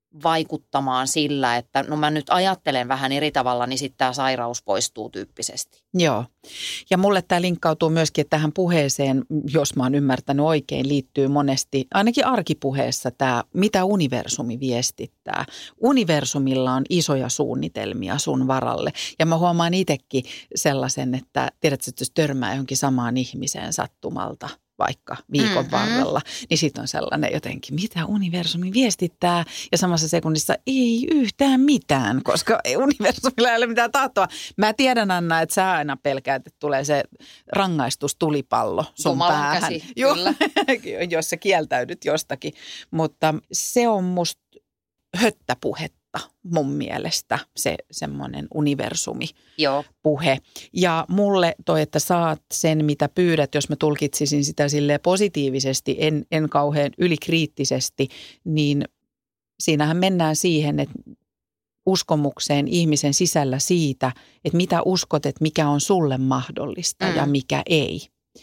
vaikuttamaan sillä, että no mä nyt ajattelen vähän eri tavalla, niin sitten tämä sairaus poistuu tyyppisesti. Joo. Ja mulle tämä linkkautuu myöskin, että tähän puheeseen, jos mä oon ymmärtänyt oikein, liittyy monesti, ainakin arkipuheessa tämä, mitä universumi viestittää. Universumilla on isoja suunnitelmia sun varalle. Ja mä huomaan itsekin sellaisen, että tiedätkö, että jos törmää johonkin samaan ihmiseen sattumalta, vaikka viikon varrella, niin sitten on sellainen jotenkin, mitä universumi viestittää, ja samassa sekunnissa ei yhtään mitään, koska universumilla ei ole mitään tahtoa. Mä tiedän, Anna, että sä aina pelkäät, että tulee se rangaistustulipallo sun Jumalan päähän. käsi, kyllä. Jos sä kieltäydyt jostakin, mutta se on musta höttäpuhetta mun mielestä, se semmoinen universumi-puhe. Ja mulle toi, että saat sen, mitä pyydät, jos mä tulkitsisin sitä silleen positiivisesti, en kauhean ylikriittisesti, niin siinähän mennään siihen, että uskomukseen ihmisen sisällä siitä, että mitä uskot, että mikä on sulle mahdollista ja mikä ei.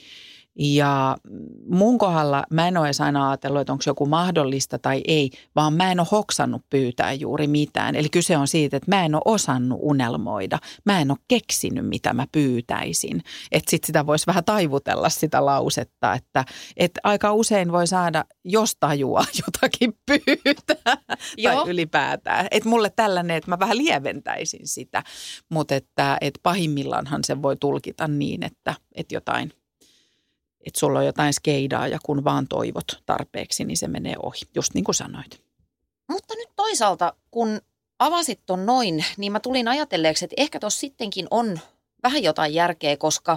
Ja mun kohdalla mä en ole edes aina ajatellut, että onko joku mahdollista tai ei, vaan mä en ole hoksannut pyytää juuri mitään. Eli kyse on siitä, että mä en ole osannut unelmoida. Mä en ole keksinyt, mitä mä pyytäisin. Että sitten sitä voisi vähän taivutella sitä lausetta, että aika usein voi saada, jos tajuaa jotakin pyytää tai ylipäätään. Että mulle tällainen, että mä vähän lieventäisin sitä, mutta että pahimmillaanhan se voi tulkita niin, että jotain. Että sulla on jotain skeidaa ja kun vaan toivot tarpeeksi, niin se menee ohi, just niin kuin sanoit. Mutta nyt toisaalta, kun avasit ton noin, niin mä tulin ajatelleeksi, että ehkä tuossa sittenkin on vähän jotain järkeä, koska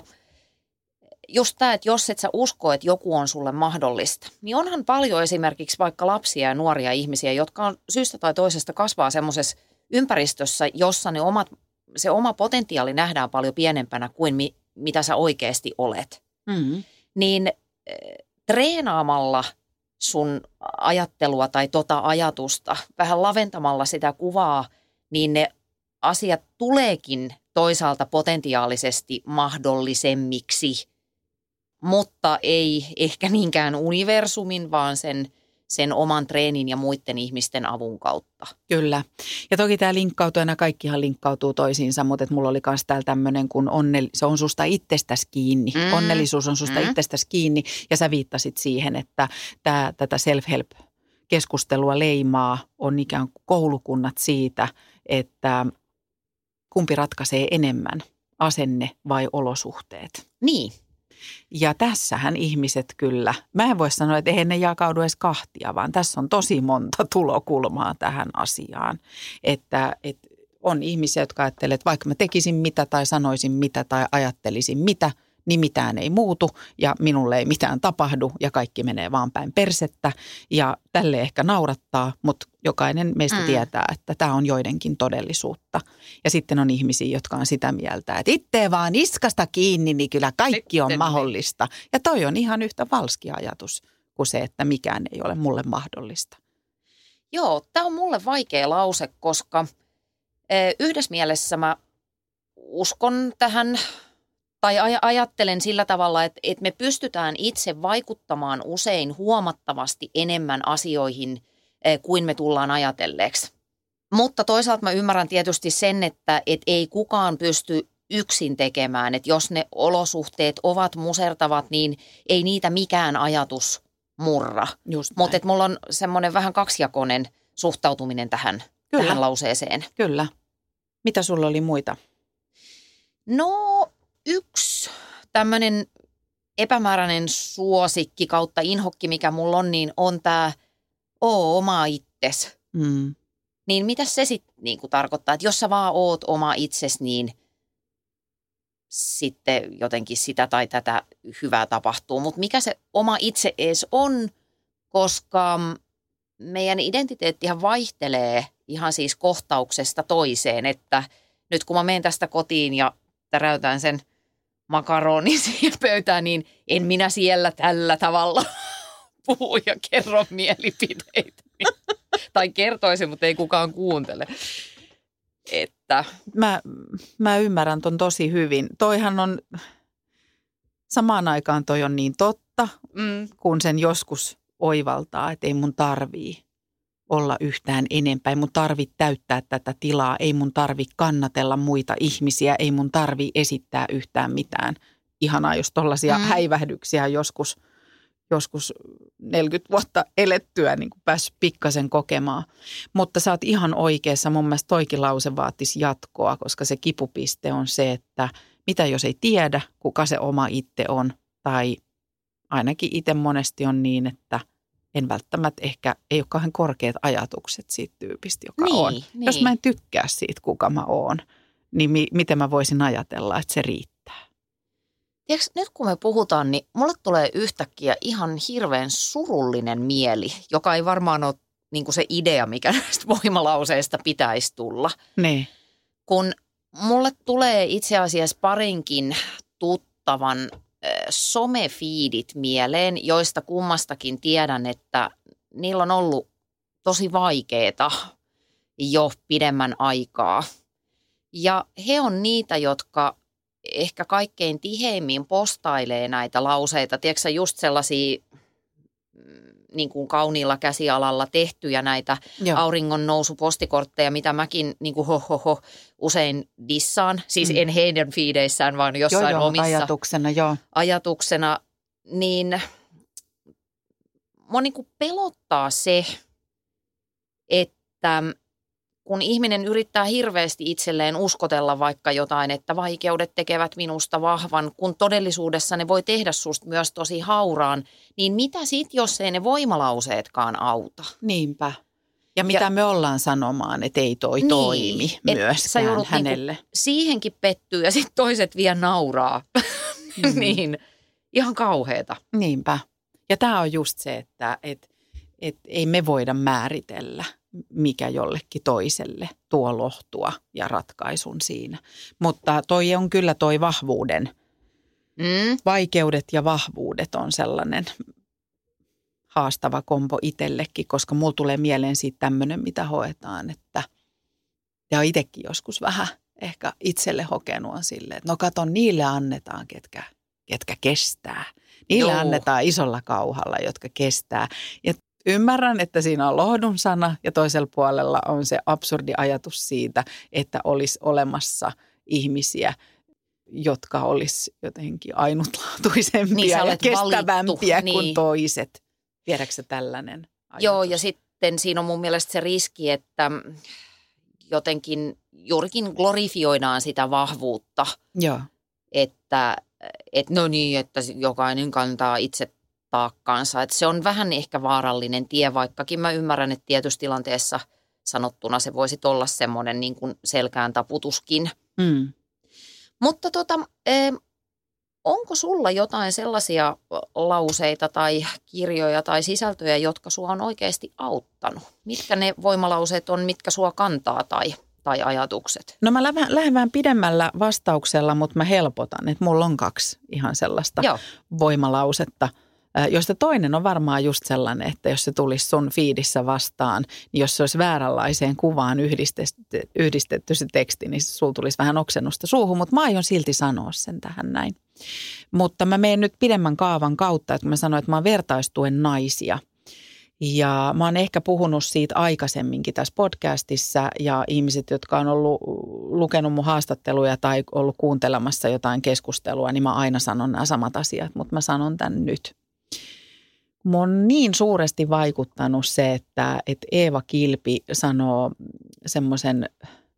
just tämä, että jos et sä usko, että joku on sulle mahdollista, niin onhan paljon esimerkiksi vaikka lapsia ja nuoria ihmisiä, jotka on syystä tai toisesta kasvaa semmoisessa ympäristössä, jossa se oma potentiaali nähdään paljon pienempänä kuin mitä sä oikeasti olet. Mm-hmm. Niin treenaamalla sun ajattelua tai ajatusta, vähän laventamalla sitä kuvaa, niin ne asiat tuleekin toisaalta potentiaalisesti mahdollisemmiksi, mutta ei ehkä niinkään universumin, vaan sen oman treenin ja muiden ihmisten avun kautta. Kyllä. Ja toki tämä linkkautuu, ja kaikkihan linkkautuu toisiinsa, mutta että mulla oli myös täällä tämmöinen, kun se on susta itsestäsi kiinni. Onnellisuus on susta itsestäsi kiinni, ja sä viittasit siihen, että tätä self-help-keskustelua leimaa on ikään kuin koulukunnat siitä, että kumpi ratkaisee enemmän, asenne vai olosuhteet. Niin. Ja tässähän ihmiset kyllä, mä en voi sanoa, että eihän ne jakaudu edes kahtia, vaan tässä on tosi monta tulokulmaa tähän asiaan. Että on ihmisiä, jotka ajattelee, että vaikka mä tekisin mitä tai sanoisin mitä tai ajattelisin mitä, niin mitään ei muutu ja minulle ei mitään tapahdu ja kaikki menee vaan päin persettä. Ja tälle ehkä naurattaa, mutta jokainen meistä tietää, että tämä on joidenkin todellisuutta. Ja sitten on ihmisiä, jotka on sitä mieltä, että itse vaan niskasta kiinni, niin kyllä kaikki on mahdollista. Ja toi on ihan yhtä valski ajatus kuin se, että mikään ei ole mulle mahdollista. Joo, tämä on mulle vaikea lause, koska yhdessä mielessä mä uskon tähän tai ajattelen sillä tavalla, että me pystytään itse vaikuttamaan usein huomattavasti enemmän asioihin kuin me tullaan ajatelleeksi. Mutta toisaalta mä ymmärrän tietysti sen, että ei kukaan pysty yksin tekemään, että jos ne olosuhteet ovat musertavat, niin ei niitä mikään ajatus murra. Mutta mulla on semmoinen vähän kaksijakoinen suhtautuminen tähän lauseeseen. Kyllä. Mitä sulla oli muita? No yksi tämmöinen epämääräinen suosikki kautta inhokki, mikä mulla on, niin on tämä oma itses. Niin mitä se sitten niinku tarkoittaa, että jos sä vaan oot oma itses, niin sitten jotenkin sitä tai tätä hyvää tapahtuu. Mutta mikä se oma itse edes on, koska meidän identiteettihan vaihtelee ihan siis kohtauksesta toiseen, että nyt kun mä menen tästä kotiin ja täräytän sen makaronin siihen pöytään, niin en minä siellä tällä tavalla puhu ja kerro mielipiteitä. Tai kertoisin, mutta ei kukaan kuuntele. Että. Mä ymmärrän ton tosi hyvin. Toihan on, samaan aikaan toi on niin totta, kun sen joskus oivaltaa, että ei mun tarvii olla yhtään enempää. Ei mun tarvitse täyttää tätä tilaa, ei mun tarvitse kannatella muita ihmisiä, ei mun tarvitse esittää yhtään mitään. Ihanaa, jos tollaisia häivähdyksiä joskus 40 vuotta elettyä niin kuin päässyt pikkasen kokemaan. Mutta sä oot ihan oikeassa. Mun mielestä toikin lause vaatisi jatkoa, koska se kipupiste on se, että mitä jos ei tiedä, kuka se oma itse on. Tai ainakin itse monesti on niin, että en välttämättä ehkä, ei ole kauhean korkeat ajatukset siitä tyypistä, joka on. Niin. Jos mä en tykkää siitä, kuka mä oon, niin miten mä voisin ajatella, että se riittää. Tiedätkö, nyt kun me puhutaan, niin mulle tulee yhtäkkiä ihan hirveän surullinen mieli, joka ei varmaan ole niin kuin se idea, mikä näistä voimalauseista pitäisi tulla. Ne. Kun mulle tulee itse asiassa parinkin tuttavan somefiidit mieleen, joista kummastakin tiedän, että niillä on ollut tosi vaikeeta jo pidemmän aikaa. Ja he on niitä, jotka ehkä kaikkein tiheimmin postailee näitä lauseita. Tiedätkö sä just sellaisia niin kuin kauniilla käsialalla tehtyjä näitä auringon nousupostikortteja, mitä mäkin niin kuin usein dissaan. Siis en heidän fiideissään, vaan jossain omissa ajatuksena. Niin mua niin kuin pelottaa se, että kun ihminen yrittää hirveästi itselleen uskotella vaikka jotain, että vaikeudet tekevät minusta vahvan, kun todellisuudessa ne voi tehdä susta myös tosi hauraan, niin mitä sit, jos ei ne voimalauseetkaan auta? Niinpä. Ja mitä me ollaan sanomaan, että ei toimi myöskään hänelle. Niinku siihenkin pettyy ja sitten toiset vielä nauraa. Niin, ihan kauheeta. Niinpä. Ja tämä on just se, että ei me voida määritellä, mikä jollekin toiselle tuo lohtua ja ratkaisun siinä. Mutta toi on kyllä toi vahvuuden. Vaikeudet ja vahvuudet on sellainen haastava kombo itsellekin, koska mulla tulee mieleen siitä tämmöinen, mitä hoetaan, että ja itsekin joskus vähän ehkä itselle hokenut on silleen, että no kato, niille annetaan, ketkä kestää. Niille annetaan isolla kauhalla, jotka kestää. Ja ymmärrän, että siinä on lohdun sana ja toisella puolella on se absurdi ajatus siitä, että olisi olemassa ihmisiä, jotka olisi jotenkin ainutlaatuisempia ja kestävämpiä kuin toiset. Tiedätkö tällainen ajatus? Joo, ja sitten siinä on mun mielestä se riski, että jotenkin juurikin glorifioidaan sitä vahvuutta. Joo. Että no niin, että jokainen kantaa itse taakkaansa. Että se on vähän ehkä vaarallinen tie, vaikkakin mä ymmärrän, että tietyssä tilanteessa sanottuna se voisi olla semmoinen niin kuin selkään taputuskin. Mutta onko sulla jotain sellaisia lauseita tai kirjoja tai sisältöjä, jotka sua on oikeasti auttanut? Mitkä ne voimalauseet on, mitkä sua kantaa tai ajatukset? No mä lähden vähän pidemmällä vastauksella, mutta mä helpotan, että mulla on 2 ihan sellaista voimalausetta, joista toinen on varmaan just sellainen, että jos se tulisi sun fiidissä vastaan, niin jos se olisi vääränlaiseen kuvaan yhdistetty se teksti, niin sulla tulisi vähän oksennusta suuhun, mutta mä aion silti sanoa sen tähän näin. Mutta mä menen nyt pidemmän kaavan kautta, että mä sanoin, että mä vertaistuen naisia. Ja mä oon ehkä puhunut siitä aikaisemminkin tässä podcastissa ja ihmiset, jotka on ollut lukenut mun haastatteluja tai ollut kuuntelemassa jotain keskustelua, niin mä aina sanon nämä samat asiat, mutta mä sanon tämän nyt. Mun on niin suuresti vaikuttanut se, että Eeva Kilpi sanoo semmoisen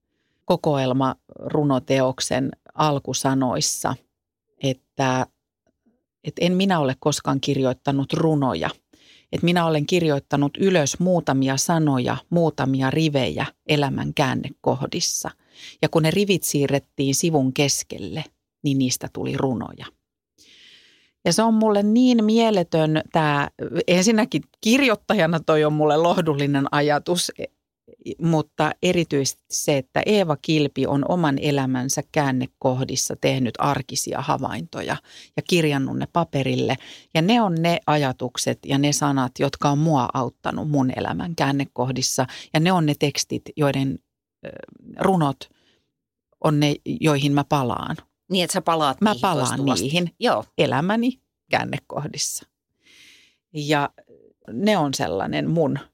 kokoelmarunoteoksen alkusanoissa, että en minä ole koskaan kirjoittanut runoja. Että minä olen kirjoittanut ylös muutamia sanoja, muutamia rivejä elämän käännekohdissa. Ja kun ne rivit siirrettiin sivun keskelle, niin niistä tuli runoja. Ja se on mulle niin mieletön tämä, ensinnäkin kirjoittajana toi on mulle lohdullinen ajatus, mutta erityisesti se, että Eeva Kilpi on oman elämänsä käännekohdissa tehnyt arkisia havaintoja ja kirjannut ne paperille. Ja ne on ne ajatukset ja ne sanat, jotka on mua auttanut mun elämän käännekohdissa. Ja ne on ne tekstit, joiden runot on ne, joihin mä palaan. Niin, että sä palaat niihin. Mä palaan niihin elämäni käännekohdissa. Ja ne on sellainen mun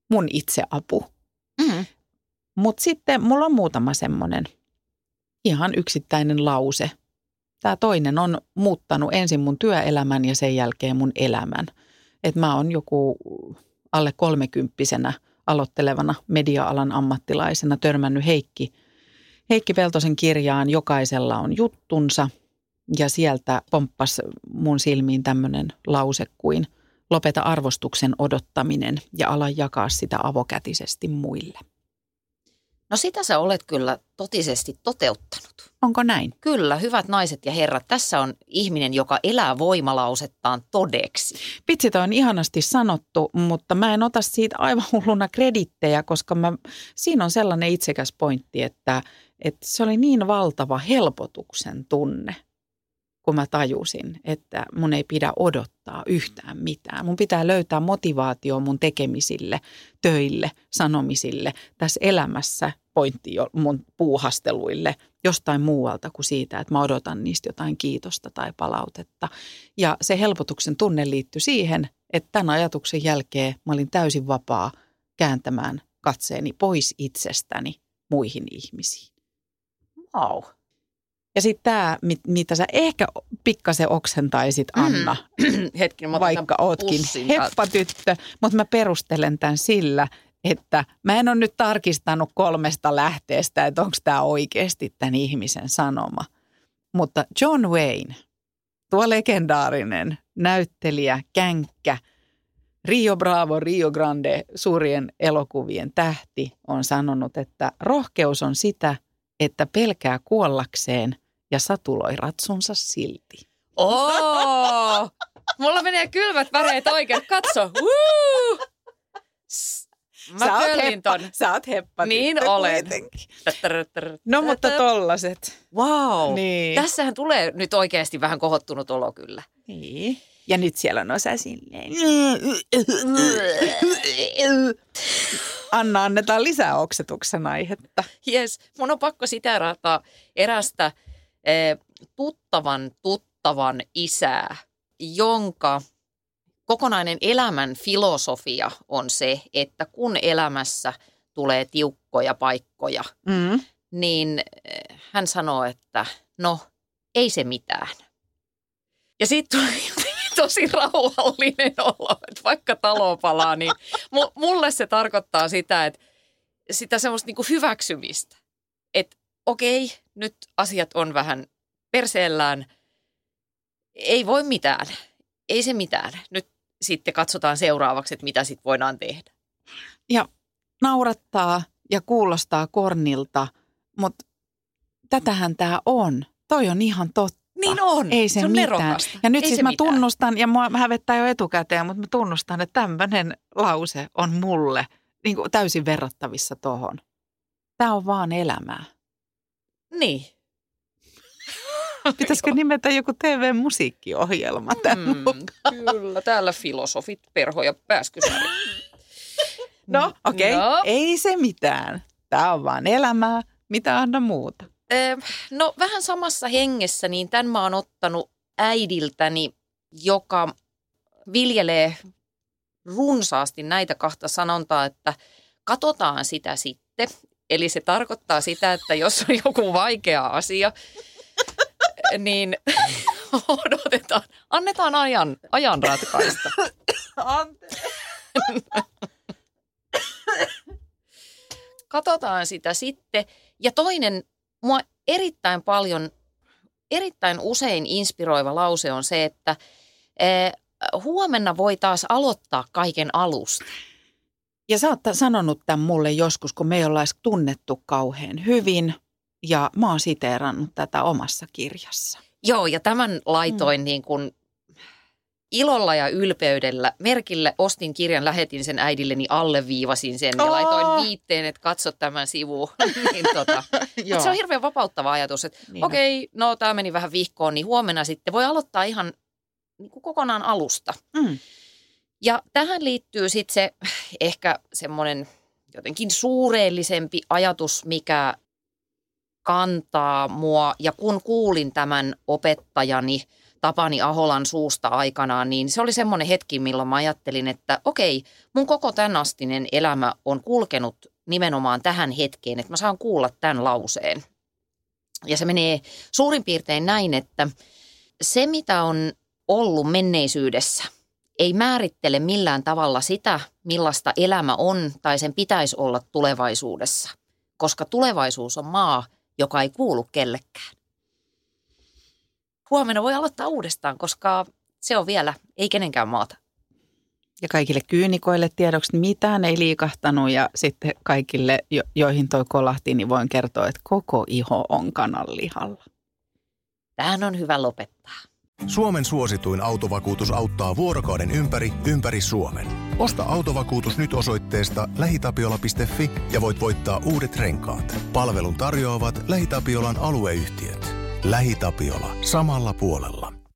mun itseapu. Mm. Mutta sitten mulla on muutama semmoinen ihan yksittäinen lause. Tämä toinen on muuttanut ensin mun työelämän ja sen jälkeen mun elämän. Että mä oon joku alle 30-vuotiaana aloittelevana media-alan ammattilaisena törmännyt Heikki Peltosen kirjaan Jokaisella on juttunsa. Ja sieltä pomppasi mun silmiin tämmöinen lause kuin lopeta arvostuksen odottaminen ja ala jakaa sitä avokätisesti muille. No sitä sä olet kyllä totisesti toteuttanut. Onko näin? Kyllä, hyvät naiset ja herrat, tässä on ihminen, joka elää voimalausettaan todeksi. Vitsi, toi on ihanasti sanottu, mutta mä en ota siitä aivan hulluna kredittejä, koska siinä on sellainen itsekäs pointti, että se oli niin valtava helpotuksen tunne, kun mä tajusin, että mun ei pidä odottaa yhtään mitään. Mun pitää löytää motivaatio mun tekemisille, töille, sanomisille, tässä elämässä pointti mun puuhasteluille jostain muualta kuin siitä, että mä odotan niistä jotain kiitosta tai palautetta. Ja se helpotuksen tunne liittyi siihen, että tämän ajatuksen jälkeen mä olin täysin vapaa kääntämään katseeni pois itsestäni muihin ihmisiin. Wow. Ja sitten tämä, mitä sä ehkä pikkasen oksentaisit, Anna, Hetken, vaikka ootkin heppatyttö, mutta mä perustelen tämän sillä, että mä en ole nyt tarkistanut 3 lähteestä, että onko tämä oikeasti tämän ihmisen sanoma. Mutta John Wayne, tuo legendaarinen näyttelijä, känkkä, Rio Bravo, Rio Grande, suurien elokuvien tähti, on sanonut, että rohkeus on sitä, että pelkää kuollakseen ja satuloi ratsunsa silti. Mulla menee kylmät väreet oikein. Katso. Mä pöllin ton. Sä oot heppa. Niin olen. No mutta tollaset. Wow. Niin. Tässähän tulee nyt oikeasti vähän kohottunut olo kyllä. Niin. Ja nyt siellä on osa silleen. Anna, annetaan lisää oksetuksen aihetta. Jes, mun on pakko siteerata erästä tuttavan isää, jonka kokonainen elämän filosofia on se, että kun elämässä tulee tiukkoja paikkoja, niin hän sanoo, että no ei se mitään. Ja sitten tulee tosi rauhallinen olo, että vaikka talo palaa, niin mulle se tarkoittaa sitä, että sitä semmoista niinku hyväksymistä. Että okei, nyt asiat on vähän perseellään, ei voi mitään, ei se mitään. Nyt sitten katsotaan seuraavaksi, että mitä sitten voidaan tehdä. Ja naurattaa ja kuulostaa kornilta, mutta tätähän tämä on. Toi on ihan totta. Niin on. Ei se on mitään. nerokasta. Ja nyt ei siis mä tunnustan, ja mua hävettää jo etukäteen, mutta mä tunnustan, että tämmöinen lause on mulle niin kuin täysin verrattavissa tohon. Tämä on vaan elämää. Niin. Pitäisikö nimetä joku TV-musiikkiohjelma tämän Kyllä, täällä filosofit, Perho ja Pääskysaari. No, okei. Ei se mitään. Tämä on vaan elämää. Mitä Anna muuta? No vähän samassa hengessä, niin tämän mä oon ottanut äidiltäni, joka viljelee runsaasti näitä 2 sanontaa, että katsotaan sitä sitten. Eli se tarkoittaa sitä, että jos on joku vaikea asia, niin odotetaan, annetaan ajan ratkaista. Katsotaan sitä sitten. Ja toinen, mua erittäin usein inspiroiva lause on se, että huomenna voi taas aloittaa kaiken alusta. Ja sä oot sanonut tämän mulle joskus, kun me ei olla edes tunnettu kauhean hyvin. Ja mä oon siteerannut tätä omassa kirjassa. Joo, ja tämän laitoin niin kuin ilolla ja ylpeydellä merkille. Ostin kirjan, lähetin sen äidilleni, alleviivasin sen ja laitoin viitteen, että katso tämän sivuun. Niin Mutta se on hirveän vapauttava ajatus, että niin okei, no tämä meni vähän vihkoon, niin huomenna sitten voi aloittaa ihan niin kuin kokonaan alusta. Ja tähän liittyy sitten se ehkä semmoinen jotenkin suureellisempi ajatus, mikä kantaa mua. Ja kun kuulin tämän opettajani Tapani Aholan suusta aikanaan, niin se oli semmoinen hetki, milloin mä ajattelin, että okei, mun koko tänastinen elämä on kulkenut nimenomaan tähän hetkeen, että mä saan kuulla tämän lauseen. Ja se menee suurin piirtein näin, että se mitä on ollut menneisyydessä ei määrittele millään tavalla sitä, millaista elämä on tai sen pitäisi olla tulevaisuudessa, koska tulevaisuus on maa, joka ei kuulu kellekään. Huomenna voi aloittaa uudestaan, koska se on vielä ei kenenkään maata. Ja kaikille kyynikoille tiedoksi mitään ei liikahtanut ja sitten kaikille, joihin toi kolahti, niin voin kertoa, että koko iho on kananlihalla. Tähän on hyvä lopettaa. Suomen suosituin autovakuutus auttaa vuorokauden ympäri Suomen. Osta autovakuutus nyt osoitteesta lähitapiola.fi ja voit voittaa uudet renkaat. Palvelun tarjoavat LähiTapiolan alueyhtiöt. LähiTapiola. Samalla puolella.